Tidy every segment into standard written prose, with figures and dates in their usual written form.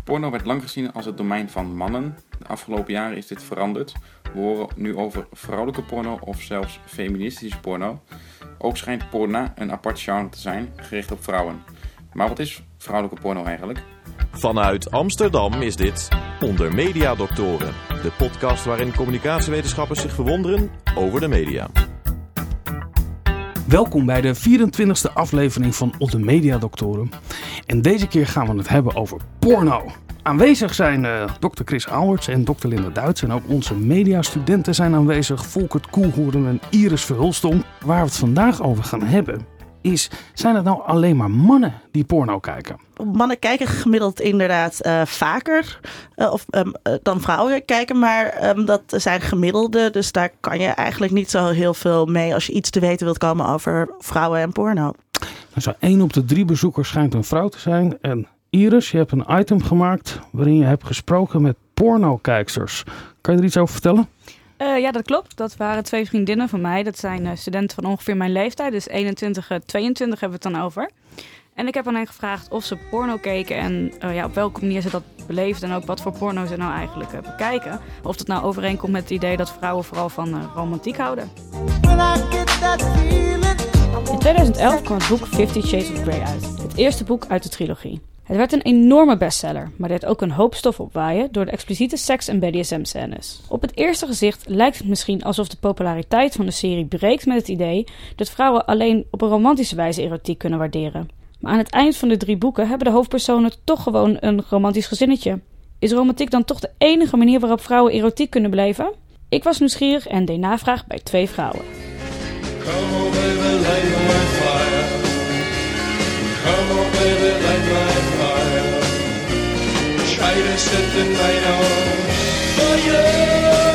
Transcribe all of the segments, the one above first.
Porno werd lang gezien als het domein van mannen. De afgelopen jaren is dit veranderd. We horen nu over vrouwelijke porno of zelfs feministische porno. Ook schijnt porno een apart genre te zijn, gericht op vrouwen. Maar wat is vrouwelijke porno eigenlijk? Vanuit Amsterdam is dit Onder Media Doctoren. De podcast waarin communicatiewetenschappers zich verwonderen over de media. Welkom bij de 24e aflevering van Onder Media Doctoren. En deze keer gaan we het hebben over porno. Aanwezig zijn Dr. Chris Alberts en Dr. Linda Duits. En ook onze mediastudenten zijn aanwezig. Volkert Koelhoorn en Iris Verhulston. Waar we het vandaag over gaan hebben is, zijn het nou alleen maar mannen die porno kijken? Mannen kijken gemiddeld inderdaad vaker dan vrouwen kijken, maar dat zijn gemiddelde. Dus daar kan je eigenlijk niet zo heel veel mee als je iets te weten wilt komen over vrouwen en porno. Nou, zo 1 op de 3 bezoekers schijnt een vrouw te zijn. En Iris, je hebt een item gemaakt waarin je hebt gesproken met pornokijksters. Kan je er iets over vertellen? Ja, dat klopt. Dat waren 2 vriendinnen van mij. Dat zijn studenten van ongeveer mijn leeftijd. Dus 21, 22 hebben we het dan over. En ik heb aan hen gevraagd of ze porno keken en op welke manier ze dat beleefden. En ook wat voor porno ze nou eigenlijk bekijken. Of dat nou overeenkomt met het idee dat vrouwen vooral van romantiek houden. In 2011 kwam het boek 50 Shades of Grey uit. Het eerste boek uit de trilogie. Het werd een enorme bestseller, maar deed ook een hoop stof opwaaien door de expliciete seks- en BDSM-scènes. Op het eerste gezicht lijkt het misschien alsof de populariteit van de serie breekt met het idee dat vrouwen alleen op een romantische wijze erotiek kunnen waarderen. Maar aan het eind van de 3 boeken hebben de hoofdpersonen toch gewoon een romantisch gezinnetje. Is romantiek dan toch de enige manier waarop vrouwen erotiek kunnen beleven? Ik was nieuwsgierig en deed navraag bij 2 vrouwen. Come on baby, light my fire. Come on baby, light my fire. Try to set the night on fire.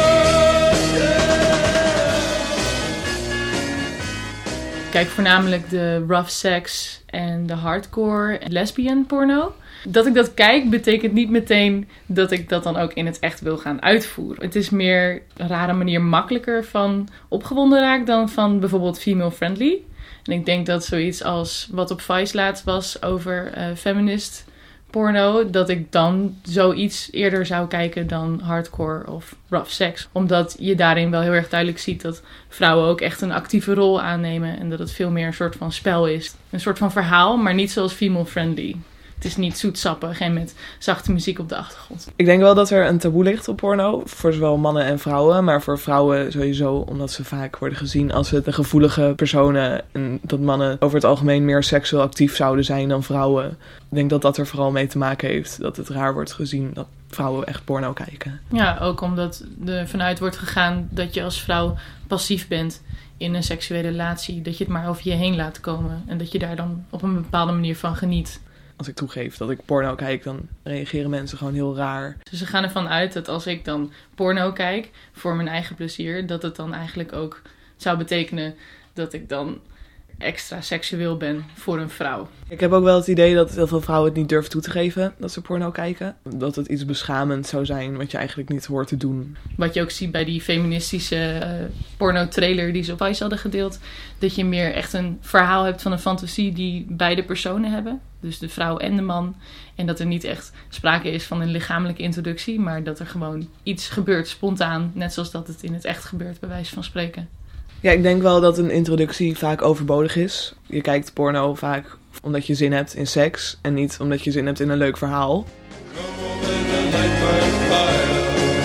Ik kijk voornamelijk de rough sex en de hardcore en lesbian porno. Dat ik dat kijk betekent niet meteen dat ik dat dan ook in het echt wil gaan uitvoeren. Het is meer een rare manier makkelijker van opgewonden raak dan van bijvoorbeeld female friendly. En ik denk dat zoiets als wat op Vice laatst was over feminist porno, dat ik dan zoiets eerder zou kijken dan hardcore of rough sex. Omdat je daarin wel heel erg duidelijk ziet dat vrouwen ook echt een actieve rol aannemen en dat het veel meer een soort van spel is. Een soort van verhaal, maar niet zoals female friendly. Het is niet zoetsappig en met zachte muziek op de achtergrond. Ik denk wel dat er een taboe ligt op porno. Voor zowel mannen en vrouwen. Maar voor vrouwen sowieso. Omdat ze vaak worden gezien als de gevoelige personen. En dat mannen over het algemeen meer seksueel actief zouden zijn dan vrouwen. Ik denk dat dat er vooral mee te maken heeft. Dat het raar wordt gezien dat vrouwen echt porno kijken. Ja, ook omdat er vanuit wordt gegaan dat je als vrouw passief bent in een seksuele relatie. Dat je het maar over je heen laat komen. En dat je daar dan op een bepaalde manier van geniet. Als ik toegeef dat ik porno kijk, dan reageren mensen gewoon heel raar. Dus ze gaan ervan uit dat als ik dan porno kijk voor mijn eigen plezier, dat het dan eigenlijk ook zou betekenen dat ik dan extra seksueel ben voor een vrouw. Ik heb ook wel het idee dat heel veel vrouwen het niet durven toe te geven dat ze porno kijken. Dat het iets beschamend zou zijn wat je eigenlijk niet hoort te doen. Wat je ook ziet bij die feministische porno-trailer die ze op Vice hadden gedeeld. Dat je meer echt een verhaal hebt van een fantasie die beide personen hebben. Dus de vrouw en de man. En dat er niet echt sprake is van een lichamelijke introductie. Maar dat er gewoon iets gebeurt spontaan. Net zoals dat het in het echt gebeurt, bij wijze van spreken. Ja, ik denk wel dat een introductie vaak overbodig is. Je kijkt porno vaak omdat je zin hebt in seks. En niet omdat je zin hebt in een leuk verhaal. Come on baby, light my fire.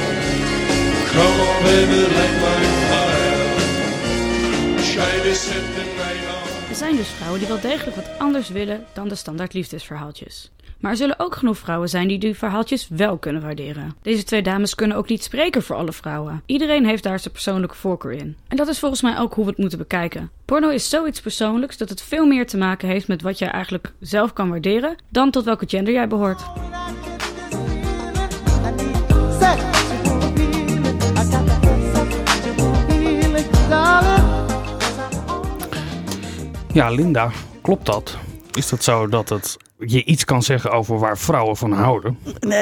Come on baby, light my fire. Try to set the night on. Er zijn dus vrouwen die wel degelijk wat anders willen dan de standaard liefdesverhaaltjes. Maar er zullen ook genoeg vrouwen zijn die verhaaltjes wel kunnen waarderen. Deze 2 dames kunnen ook niet spreken voor alle vrouwen. Iedereen heeft daar zijn persoonlijke voorkeur in. En dat is volgens mij ook hoe we het moeten bekijken. Porno is zoiets persoonlijks dat het veel meer te maken heeft met wat jij eigenlijk zelf kan waarderen dan tot welke gender jij behoort. Ja, Linda, klopt dat? Is dat zo dat het je iets kan zeggen over waar vrouwen van houden.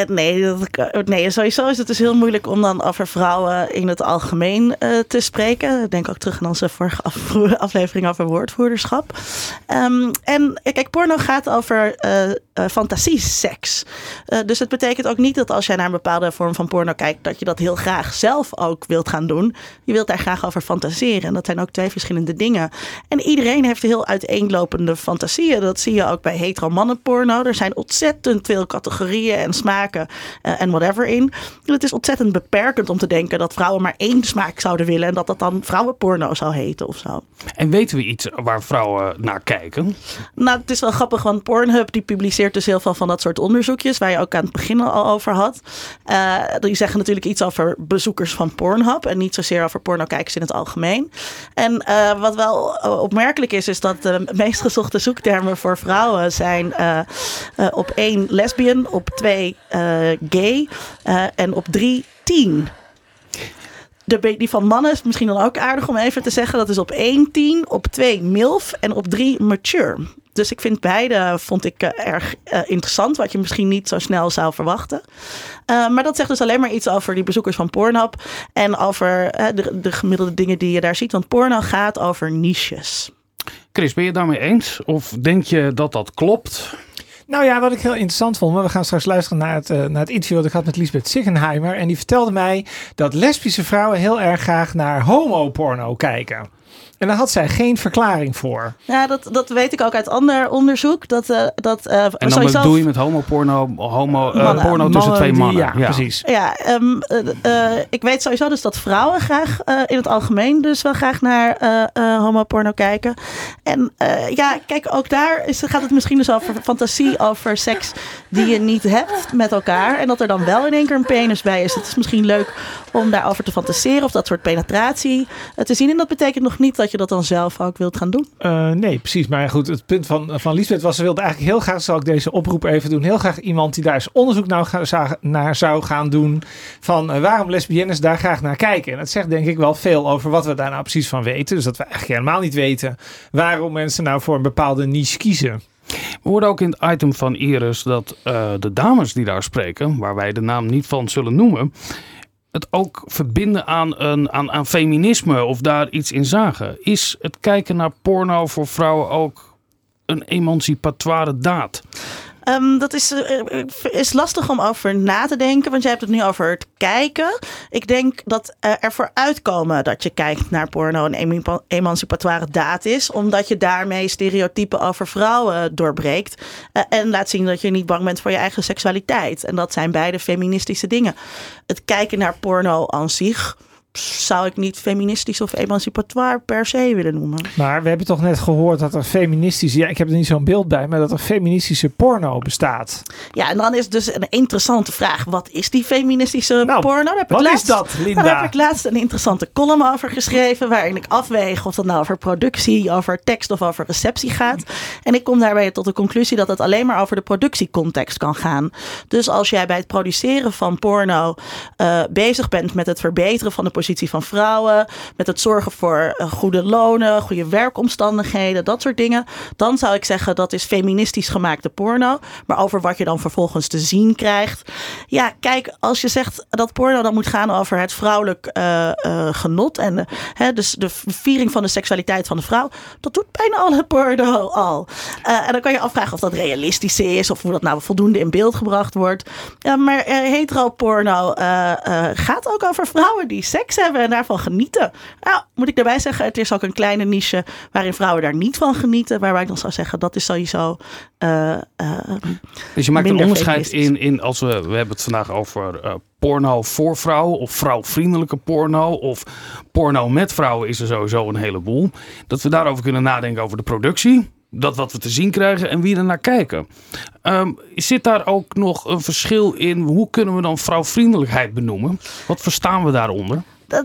Nee, sowieso is het dus heel moeilijk om dan over vrouwen in het algemeen te spreken. Ik denk ook terug aan onze vorige aflevering over woordvoerderschap. En kijk, porno gaat over fantasieseks. Dus het betekent ook niet dat als jij naar een bepaalde vorm van porno kijkt, dat je dat heel graag zelf ook wilt gaan doen. Je wilt daar graag over fantaseren. En dat zijn ook 2 verschillende dingen. En iedereen heeft heel uiteenlopende fantasieën. Dat zie je ook bij hetero-mannenporno. Er zijn ontzettend veel categorieën en smaken en whatever in. En het is ontzettend beperkend om te denken dat vrouwen maar 1 smaak zouden willen en dat dat dan vrouwenporno zou heten of zo. En weten we iets waar vrouwen naar kijken? Nou, het is wel grappig, want Pornhub die publiceert dus heel veel van dat soort onderzoekjes, waar je ook aan het begin al over had. Die zeggen natuurlijk iets over bezoekers van Pornhub en niet zozeer over pornokijkers in het algemeen. En wat wel opmerkelijk is dat de meest gezochte zoektermen voor vrouwen zijn op 1 lesbian, op 2 gay en op 3 teen. Die van mannen is misschien dan ook aardig om even te zeggen. Dat is op 1 teen, op 2 milf en op 3 mature. Dus ik vind beide erg interessant, wat je misschien niet zo snel zou verwachten. Maar dat zegt dus alleen maar iets over die bezoekers van Pornhub en over de gemiddelde dingen die je daar ziet. Want porno gaat over niches. Chris, ben je het daarmee eens? Of denk je dat dat klopt? Nou ja, wat ik heel interessant vond, maar we gaan straks luisteren naar het interview dat ik had met Lisbeth Zichenheimer. En die vertelde mij dat lesbische vrouwen heel erg graag naar homoporno kijken. En daar had zij geen verklaring voor. Ja, dat weet ik ook uit ander onderzoek. En dan sowieso bedoel je met homoporno, porno tussen 2 mannen. Ja, precies. Ja, ik weet sowieso dus dat vrouwen graag in het algemeen dus wel graag naar homoporno kijken. En kijk, ook daar gaat het misschien dus over fantasie, over seks die je niet hebt met elkaar. En dat er dan wel in één keer een penis bij is. Het is misschien leuk om daarover te fantaseren of dat soort penetratie te zien. En dat betekent nog niet dat je dat dan zelf ook wilt gaan doen. Nee, precies. Maar goed, het punt van Lisbeth was, ze wilde eigenlijk heel graag, zal ik deze oproep even doen, heel graag iemand die daar eens onderzoek naar zou gaan doen van waarom lesbiennes daar graag naar kijken. En dat zegt denk ik wel veel over wat we daar nou precies van weten. Dus dat we eigenlijk helemaal niet weten waarom mensen nou voor een bepaalde niche kiezen. We hoorden ook in het item van Iris dat de dames die daar spreken, waar wij de naam niet van zullen noemen, het ook verbinden aan feminisme of daar iets in zagen. Is het kijken naar porno voor vrouwen ook een emancipatoire daad? Dat is lastig om over na te denken, want jij hebt het nu over het kijken. Ik denk dat er voor uitkomen dat je kijkt naar porno een emancipatoire daad is, omdat je daarmee stereotypen over vrouwen doorbreekt en laat zien dat je niet bang bent voor je eigen seksualiteit. En dat zijn beide feministische dingen. Het kijken naar porno aan zich zou ik niet feministisch of emancipatoire per se willen noemen. Maar we hebben toch net gehoord dat er feministische, ik heb er niet zo'n beeld bij, maar dat er feministische porno bestaat. Ja, en dan is dus een interessante vraag. Wat is die feministische porno? Is dat, Linda? Daar heb ik laatst een interessante column over geschreven, waarin ik afweeg of dat nou over productie, over tekst of over receptie gaat. En ik kom daarbij tot de conclusie dat het alleen maar over de productiecontext kan gaan. Dus als jij bij het produceren van porno bezig bent met het verbeteren van de positie van vrouwen, met het zorgen voor goede lonen, goede werkomstandigheden, dat soort dingen, dan zou ik zeggen dat is feministisch gemaakte porno. Maar over wat je dan vervolgens te zien krijgt. Ja, kijk, als je zegt dat porno dan moet gaan over het vrouwelijk genot en dus de viering van de seksualiteit van de vrouw, dat doet bijna alle porno al. En dan kan je afvragen of dat realistisch is of hoe dat nou voldoende in beeld gebracht wordt. Maar hetero porno gaat ook over vrouwen die seks hebben en daarvan genieten. Nou, moet ik daarbij zeggen, het is ook een kleine niche waarin vrouwen daar niet van genieten. Waarbij ik dan zou zeggen, dat is sowieso dus je maakt een onderscheid in als we hebben het vandaag over porno voor vrouwen of vrouwvriendelijke porno of porno met vrouwen is er sowieso een heleboel. Dat we daarover kunnen nadenken over de productie. Dat wat we te zien krijgen en wie er naar kijken. Zit daar ook nog een verschil in? Hoe kunnen we dan vrouwvriendelijkheid benoemen? Wat verstaan we daaronder?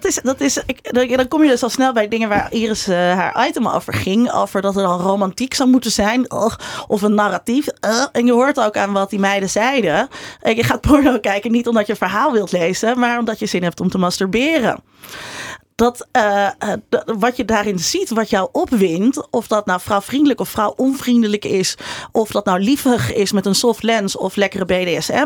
Dan kom je dus al snel bij dingen waar Iris haar item over ging. Over dat er dan romantiek zou moeten zijn. Of een narratief. En je hoort ook aan wat die meiden zeiden. Je gaat porno kijken niet omdat je een verhaal wilt lezen. Maar omdat je zin hebt om te masturberen. wat je daarin ziet, wat jou opwindt, of dat nou vrouwvriendelijk of vrouwonvriendelijk is, of dat nou liefig is met een soft lens of lekkere BDSM,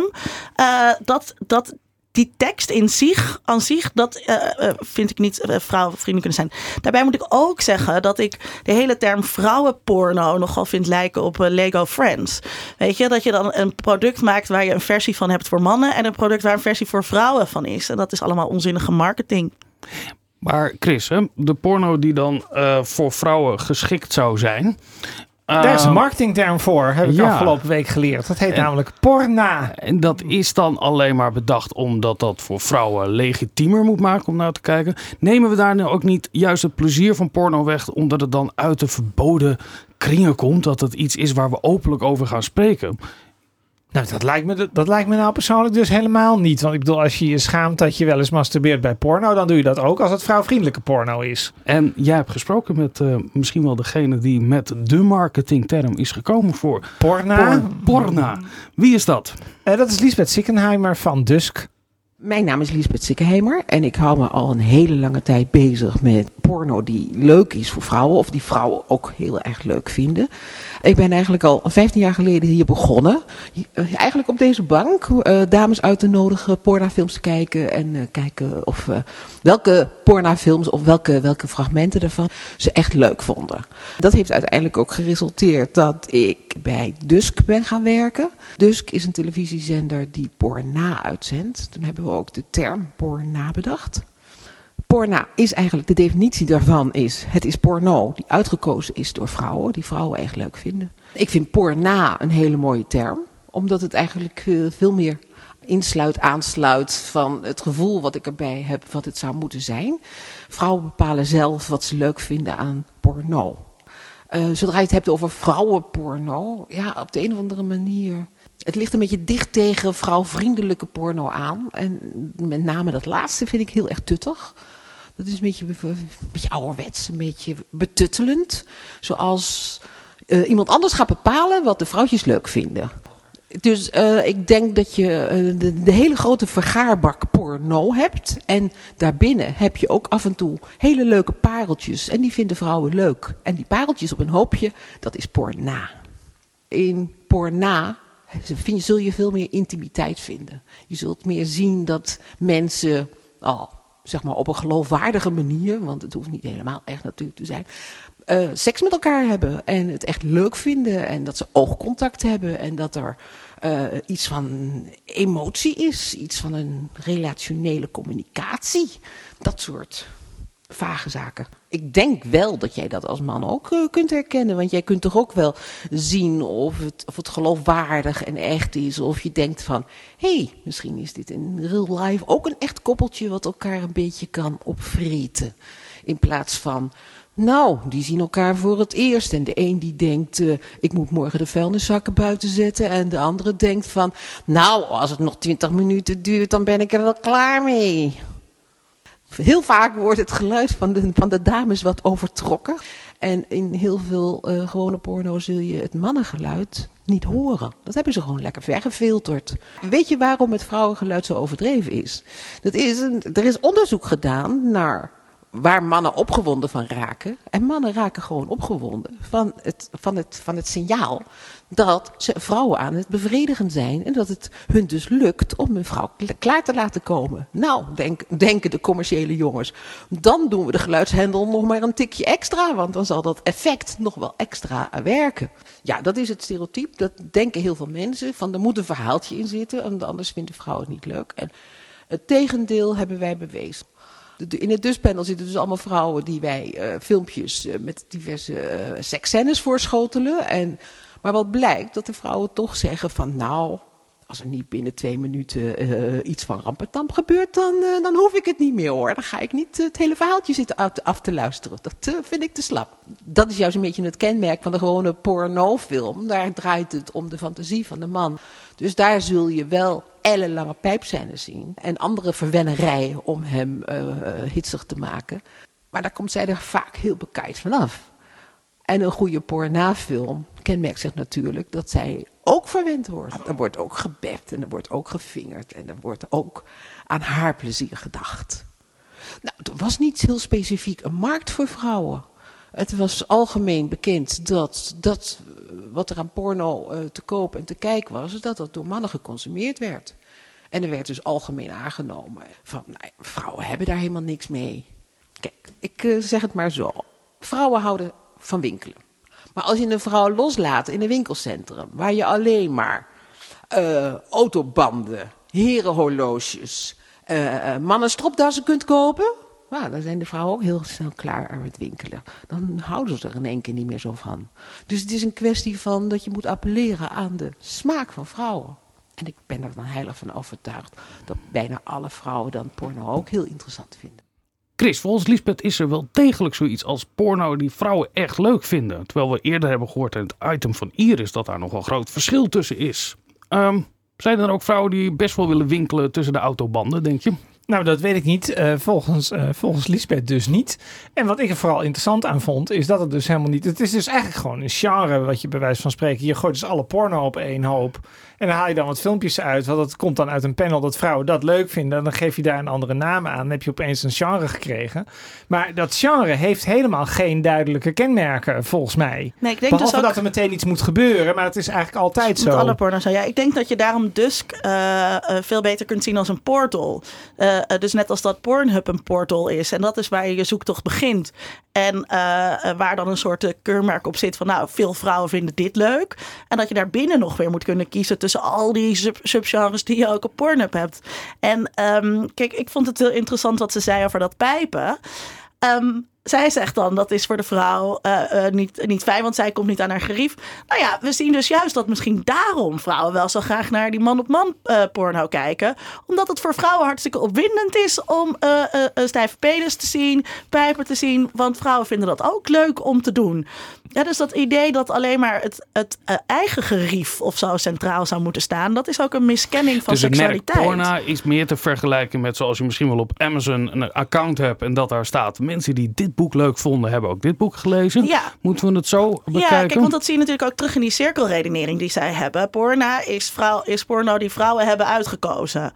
die tekst aan zich, dat vind ik niet vrouwenvriendelijk kunnen zijn. Daarbij moet ik ook zeggen dat ik de hele term vrouwenporno nogal vind lijken op Lego Friends. Weet je, dat je dan een product maakt waar je een versie van hebt voor mannen en een product waar een versie voor vrouwen van is. En dat is allemaal onzinnige marketing. Maar Chris, de porno die dan voor vrouwen geschikt zou zijn. Daar is een marketingterm voor, heb ik afgelopen week geleerd. Dat heet namelijk porna. En dat is dan alleen maar bedacht omdat dat voor vrouwen legitiemer moet maken om naar te kijken. Nemen we daar nou ook niet juist het plezier van porno weg, omdat het dan uit de verboden kringen komt? Dat het iets is waar we openlijk over gaan spreken? Nou, dat lijkt me nou persoonlijk dus helemaal niet. Want ik bedoel, als je je schaamt dat je wel eens masturbeert bij porno, dan doe je dat ook als het vrouwvriendelijke porno is. En jij hebt gesproken met misschien wel degene die met de marketingterm is gekomen voor porna. Wie is dat? Dat is Lisbeth Sickenheimer van Dusk. Mijn naam is Lisbeth Sickenheimer en ik hou me al een hele lange tijd bezig met porno die leuk is voor vrouwen of die vrouwen ook heel erg leuk vinden. Ik ben eigenlijk al 15 jaar geleden hier begonnen. Eigenlijk op deze bank dames uit te nodigen pornofilms te kijken en kijken of welke pornofilms of welke fragmenten ervan ze echt leuk vonden. Dat heeft uiteindelijk ook geresulteerd dat ik bij Dusk ben gaan werken. Dusk is een televisiezender die porna uitzendt. Toen hebben we ook de term porna bedacht. Porna is eigenlijk, de definitie daarvan is, het is porno die uitgekozen is door vrouwen, die vrouwen echt leuk vinden. Ik vind porna een hele mooie term, omdat het eigenlijk veel meer aansluit van het gevoel wat ik erbij heb, wat het zou moeten zijn. Vrouwen bepalen zelf wat ze leuk vinden aan porno. Zodra je het hebt over vrouwenporno, ja, op de een of andere manier. Het ligt een beetje dicht tegen vrouwvriendelijke porno aan. En met name dat laatste vind ik heel erg tuttig. Dat is een beetje ouderwets, een beetje betuttelend. Zoals iemand anders gaat bepalen wat de vrouwtjes leuk vinden. Dus ik denk dat je de hele grote vergaarbak porno hebt. En daarbinnen heb je ook af en toe hele leuke pareltjes. En die vinden vrouwen leuk. En die pareltjes op een hoopje, dat is porna. In porna zul je veel meer intimiteit vinden. Je zult meer zien dat mensen, zeg maar op een geloofwaardige manier, want het hoeft niet helemaal echt natuurlijk te zijn, seks met elkaar hebben en het echt leuk vinden en dat ze oogcontact hebben en dat er iets van emotie is, iets van een relationele communicatie, dat soort vage zaken. Ik denk wel dat jij dat als man ook kunt herkennen, want jij kunt toch ook wel zien of het geloofwaardig en echt is, of je denkt van, hé, misschien is dit in real life ook een echt koppeltje wat elkaar een beetje kan opvreten, in plaats van, nou, die zien elkaar voor het eerst. En de een die denkt, ik moet morgen de vuilniszakken buiten zetten. En de andere denkt van, nou, als het nog 20 minuten duurt, dan ben ik er wel klaar mee. Heel vaak wordt het geluid van de dames wat overtrokken. En in heel veel gewone porno zul je het mannengeluid niet horen. Dat hebben ze gewoon lekker weggefilterd. Weet je waarom het vrouwengeluid zo overdreven is? Er is onderzoek gedaan naar waar mannen opgewonden van raken. En mannen raken gewoon opgewonden van het signaal dat ze vrouwen aan het bevredigen zijn. En dat het hun dus lukt om een vrouw klaar te laten komen. Nou, denken de commerciële jongens. Dan doen we de geluidshendel nog maar een tikje extra. Want dan zal dat effect nog wel extra werken. Ja, dat is het stereotype. Dat denken heel veel mensen. Van er moet een verhaaltje in zitten. Anders vinden vrouwen het niet leuk. En het tegendeel hebben wij bewezen. In het Duspanel zitten dus allemaal vrouwen die wij filmpjes met diverse seksscènes voorschotelen. Maar wat blijkt, dat de vrouwen toch zeggen van, nou, als er niet binnen 2 minuten iets van rampetam gebeurt, dan hoef ik het niet meer hoor. Dan ga ik niet het hele verhaaltje zitten af te luisteren. Dat vind ik te slap. Dat is juist een beetje het kenmerk van de gewone pornofilm. Daar draait het om de fantasie van de man. Dus daar zul je wel ellenlange pijpscènes zien. En andere verwennerijen om hem hitsig te maken. Maar daar komt zij er vaak heel bekijkt vanaf. En een goede pornafilm kenmerkt zich natuurlijk dat zij ook verwend wordt. Er wordt ook gebept en er wordt ook gevingerd en er wordt ook aan haar plezier gedacht. Nou, er was niet heel specifiek een markt voor vrouwen. Het was algemeen bekend dat wat er aan porno te koop en te kijken was, dat door mannen geconsumeerd werd. En er werd dus algemeen aangenomen van, vrouwen hebben daar helemaal niks mee. Kijk, ik zeg het maar zo. Vrouwen houden van winkelen. Maar als je een vrouw loslaat in een winkelcentrum, waar je alleen maar autobanden, herenhorloges, mannen stropdassen kunt kopen, nou, dan zijn de vrouwen ook heel snel klaar met winkelen. Dan houden ze er in één keer niet meer zo van. Dus het is een kwestie van dat je moet appelleren aan de smaak van vrouwen. En ik ben er dan heilig van overtuigd dat bijna alle vrouwen dan porno ook heel interessant vinden. Chris, volgens Liesbeth is er wel degelijk zoiets als porno die vrouwen echt leuk vinden. Terwijl we eerder hebben gehoord in het item van Iris dat daar nog een groot verschil tussen is. Zijn er ook vrouwen die best wel willen winkelen tussen de autobanden, denk je? Nou, dat weet ik niet. Volgens Liesbeth dus niet. En wat ik er vooral interessant aan vond, is dat het dus helemaal niet... Het is dus eigenlijk gewoon een genre wat je bij wijze van spreken... Je gooit dus alle porno op één hoop. En dan haal je dan wat filmpjes uit. Want dat komt dan uit een panel dat vrouwen dat leuk vinden. En dan geef je daar een andere naam aan. Dan heb je opeens een genre gekregen. Maar dat genre heeft helemaal geen duidelijke kenmerken, volgens mij. Nee, ik denk behalve dus ook dat er meteen iets moet gebeuren. Maar het is eigenlijk altijd zo. Met alle porno zo. Ja, ik denk dat je daarom Dusk veel beter kunt zien als een portal. Dus net als dat Pornhub een portal is. En dat is waar je zoektocht begint. En waar dan een soort keurmerk op zit van... nou, veel vrouwen vinden dit leuk. En dat je daar binnen nog weer moet kunnen kiezen... tussen al die subgenres die je ook op Pornhub hebt. En kijk, ik vond het heel interessant wat ze zei over dat pijpen. Zij zegt dan, dat is voor de vrouw niet fijn, want zij komt niet aan haar gerief. Nou ja, we zien dus juist dat misschien daarom vrouwen wel zo graag naar die man-op-man porno kijken. Omdat het voor vrouwen hartstikke opwindend is om een stijve penis te zien, pijpen te zien. Want vrouwen vinden dat ook leuk om te doen. Ja, dus dat idee dat alleen maar het eigen gerief of zo centraal zou moeten staan, dat is ook een miskenning van seksualiteit. Dus het merk porno is meer te vergelijken met zoals je misschien wel op Amazon een account hebt en dat daar staat, mensen die dit boek leuk vonden, hebben ook dit boek gelezen. Ja. Moeten we het zo bekijken? Ja, kijk, want dat zie je natuurlijk ook terug in die cirkelredenering die zij hebben. Porno is porno die vrouwen hebben uitgekozen.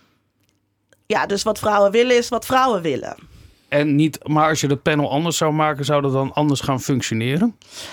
Ja, dus wat vrouwen willen is wat vrouwen willen. En niet, maar als je het panel anders zou maken, zou dat dan anders gaan functioneren?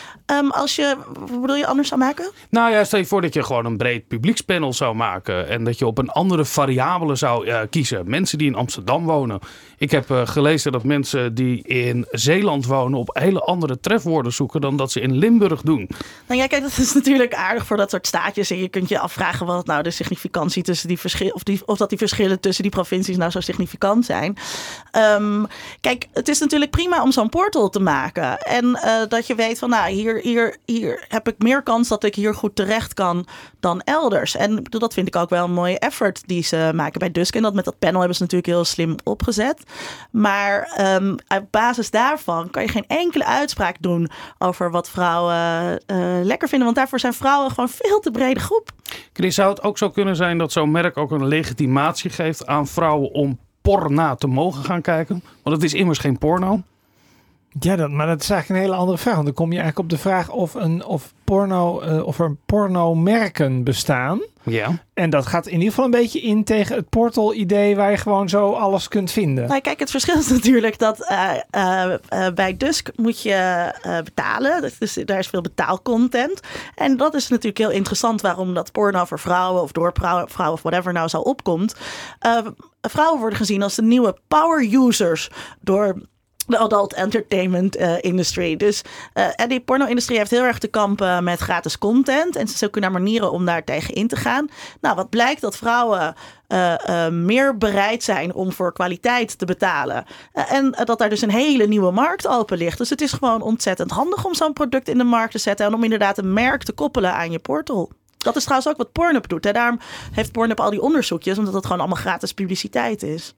Hoe bedoel je anders zou maken? Nou ja, stel je voor dat je gewoon een breed publiekspanel zou maken. En dat je op een andere variabele zou kiezen. Mensen die in Amsterdam wonen. Ik heb gelezen dat mensen die in Zeeland wonen op hele andere trefwoorden zoeken dan dat ze in Limburg doen. Nou ja, kijk, dat is natuurlijk aardig voor dat soort staatjes. En je kunt je afvragen wat nou de significantie tussen die verschillen, of dat die verschillen tussen die provincies nou zo significant zijn. Kijk, het is natuurlijk prima om zo'n portal te maken. En dat je weet van, nou, hier heb ik meer kans dat ik hier goed terecht kan dan elders. En dat vind ik ook wel een mooie effort die ze maken bij Dusk. En dat met dat panel hebben ze natuurlijk heel slim opgezet. Maar op basis daarvan kan je geen enkele uitspraak doen over wat vrouwen lekker vinden. Want daarvoor zijn vrouwen gewoon veel te brede groep. Chris, zou het ook zo kunnen zijn dat zo'n merk ook een legitimatie geeft aan vrouwen om porno te mogen gaan kijken? Want het is immers geen porno. Ja, maar dat is eigenlijk een hele andere vraag. Want dan kom je eigenlijk op de vraag of er pornomerken bestaan. Ja. En dat gaat in ieder geval een beetje in tegen het portal-idee waar je gewoon zo alles kunt vinden. Nou, kijk, het verschil is natuurlijk dat bij Dusk moet je betalen. Dus daar is veel betaalcontent. En dat is natuurlijk heel interessant waarom dat porno voor vrouwen of door vrouwen of whatever nou zo opkomt. Vrouwen worden gezien als de nieuwe power users door de adult entertainment industry. Dus en die porno-industrie heeft heel erg te kampen met gratis content. En ze zoeken naar manieren om daar tegen in te gaan. Nou, wat blijkt dat vrouwen meer bereid zijn om voor kwaliteit te betalen. En dat daar dus een hele nieuwe markt open ligt. Dus het is gewoon ontzettend handig om zo'n product in de markt te zetten. En om inderdaad een merk te koppelen aan je portal. Dat is trouwens ook wat Pornhub doet. Hè. Daarom heeft Pornhub al die onderzoekjes. Omdat het gewoon allemaal gratis publiciteit is.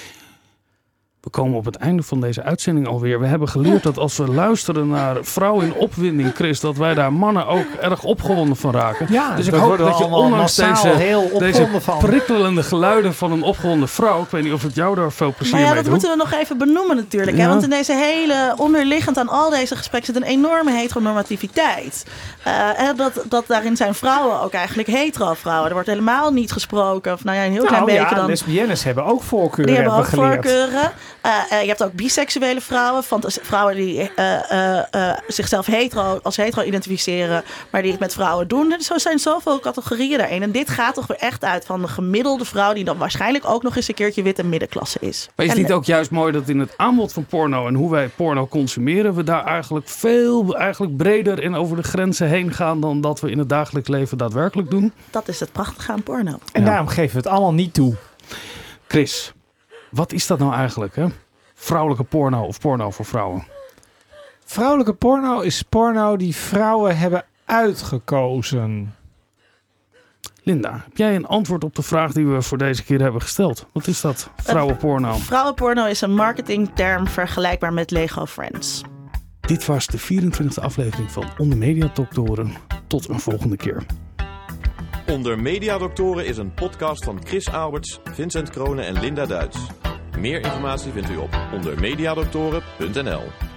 We komen op het einde van deze uitzending alweer. We hebben geleerd dat als we luisteren naar vrouwen in opwinding, Chris, dat wij daar mannen ook erg opgewonden van raken. Ja, dus ik hoop dat je ondanks deze prikkelende geluiden van een opgewonden vrouw, ik weet niet of het jou daar veel plezier mee doet. Maar ja, dat moeten we nog even benoemen natuurlijk. Ja. Hè? Want in deze hele, onderliggend aan al deze gesprekken zit een enorme heteronormativiteit. Dat daarin zijn vrouwen ook eigenlijk hetero-vrouwen. Er wordt helemaal niet gesproken. Of nou ja, een heel klein beetje dan. Lesbiennes hebben ook voorkeuren. Die hebben ook voorkeuren. Je hebt ook biseksuele vrouwen. Vrouwen die zichzelf als hetero identificeren, maar die het met vrouwen doen. Zo zijn zoveel categorieën daarin. En dit gaat toch weer echt uit van de gemiddelde vrouw die dan waarschijnlijk ook nog eens een keertje witte middenklasse is. Maar is het niet ook juist mooi dat in het aanbod van porno en hoe wij porno consumeren, we daar eigenlijk veel breder en over de grenzen heen gaan dan dat we in het dagelijks leven daadwerkelijk doen? Dat is het prachtige aan porno. En daarom geven we het allemaal niet toe. Chris, wat is dat nou eigenlijk, hè? Vrouwelijke porno of porno voor vrouwen? Vrouwelijke porno is porno die vrouwen hebben uitgekozen. Linda, heb jij een antwoord op de vraag die we voor deze keer hebben gesteld? Wat is dat, vrouwenporno? Vrouwenporno is een marketingterm vergelijkbaar met Lego Friends. Dit was de 24e aflevering van Onder Media Doctoren. Tot een volgende keer. Onder Media Doctoren is een podcast van Chris Alberts, Vincent Kroonen en Linda Duits. Meer informatie vindt u op ondermediadoctoren.nl.